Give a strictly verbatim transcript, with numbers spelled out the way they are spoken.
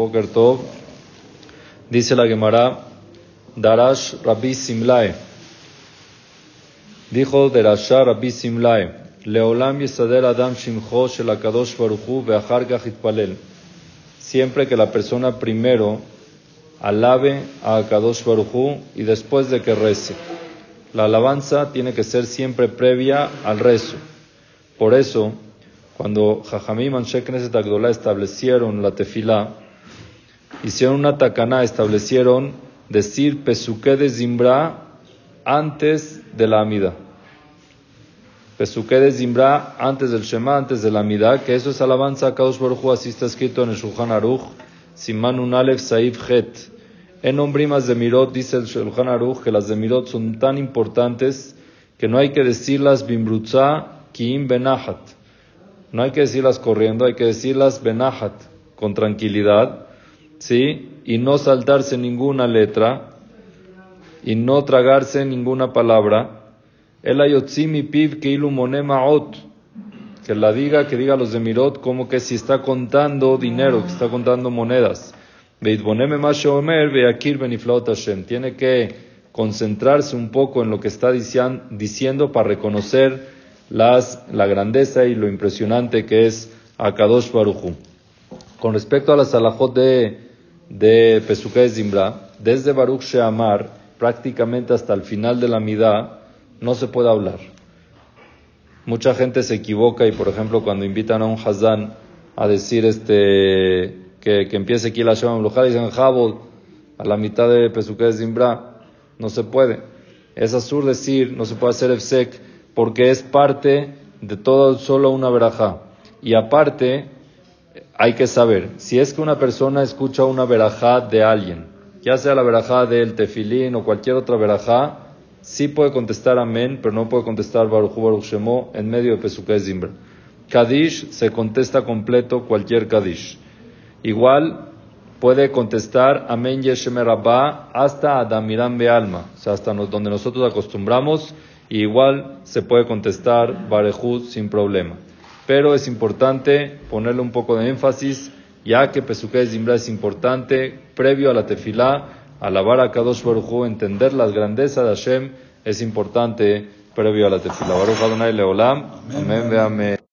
Boker Tov. Dice la Gemara, Darash Rabbi Simlae. Dijo Derashá Rabbi Simlae, Leolam Yesader Adam Shimcho Shel HaKadosh Baruch Hu Ve'achar Kach Yitpalel. Siempre que la persona primero alabe a HaKadosh Baruch Hu y después de que rece. La alabanza tiene que ser siempre previa al rezo. Por eso, cuando Jajamim Anshe Knesset Agdolá establecieron la tefilá, hicieron una takaná, establecieron decir Pesuké de Zimbra antes de la Amida. Pesuké de Zimbra antes del Shema, antes de la Amida, que eso es alabanza a Kadosh Baruj Hu, así está escrito en el Shulchan Aruch, Siman Un Aleph Saif Het. En Ombrimas de Mirot, dice el Shulchan Aruch, que las de Mirot son tan importantes que no hay que decirlas Bimbrutza Kiim Benahat. No hay que decirlas corriendo, hay que decirlas Benahat, con tranquilidad, ¿sí? Y no saltarse ninguna letra, y no tragarse ninguna palabra. El ayotzimi piv keilu monema ot, que la diga, que diga los de Mirot, como que si está contando dinero, que está contando monedas. Veitboneme mashe omer veakir beniflaot Hashem. Tiene que concentrarse un poco en lo que está diciendo para reconocer las, la grandeza y lo impresionante que es HaKadosh Baruch Hu. Con respecto a las halajot de, de Pesuké Zimbra, desde Baruch Sheamar, prácticamente hasta el final de la Midá, no se puede hablar. Mucha gente se equivoca y, por ejemplo, cuando invitan a un Hazán a decir este que, que empiece aquí la Shema Melujá, dicen Jabod, a la mitad de Pesuké Zimbra, no se puede. Es absurdo decir, no se puede hacer efsek, porque es parte de todo, solo una verajá. Y aparte, hay que saber, si es que una persona escucha una verajá de alguien, ya sea la verajá del tefilín o cualquier otra verajá, sí puede contestar amén, pero no puede contestar Baruch Hu Baruch Shemo en medio de Pesuké Zimbra. Kadish se contesta completo cualquier Kadish. Igual puede contestar amén Yeshem Rabbah hasta Adamiram Bealma, o sea, hasta nos, donde nosotros acostumbramos, y igual se puede contestar Barejú sin problema. Pero es importante ponerle un poco de énfasis, ya que Pesuké Zimbra es importante, previo a la tefilá, alabar a Kadosh Baruj Hu, entender las grandezas de Hashem, es importante previo a la tefilá. Baruch Adonai Leolam, amén ve amén.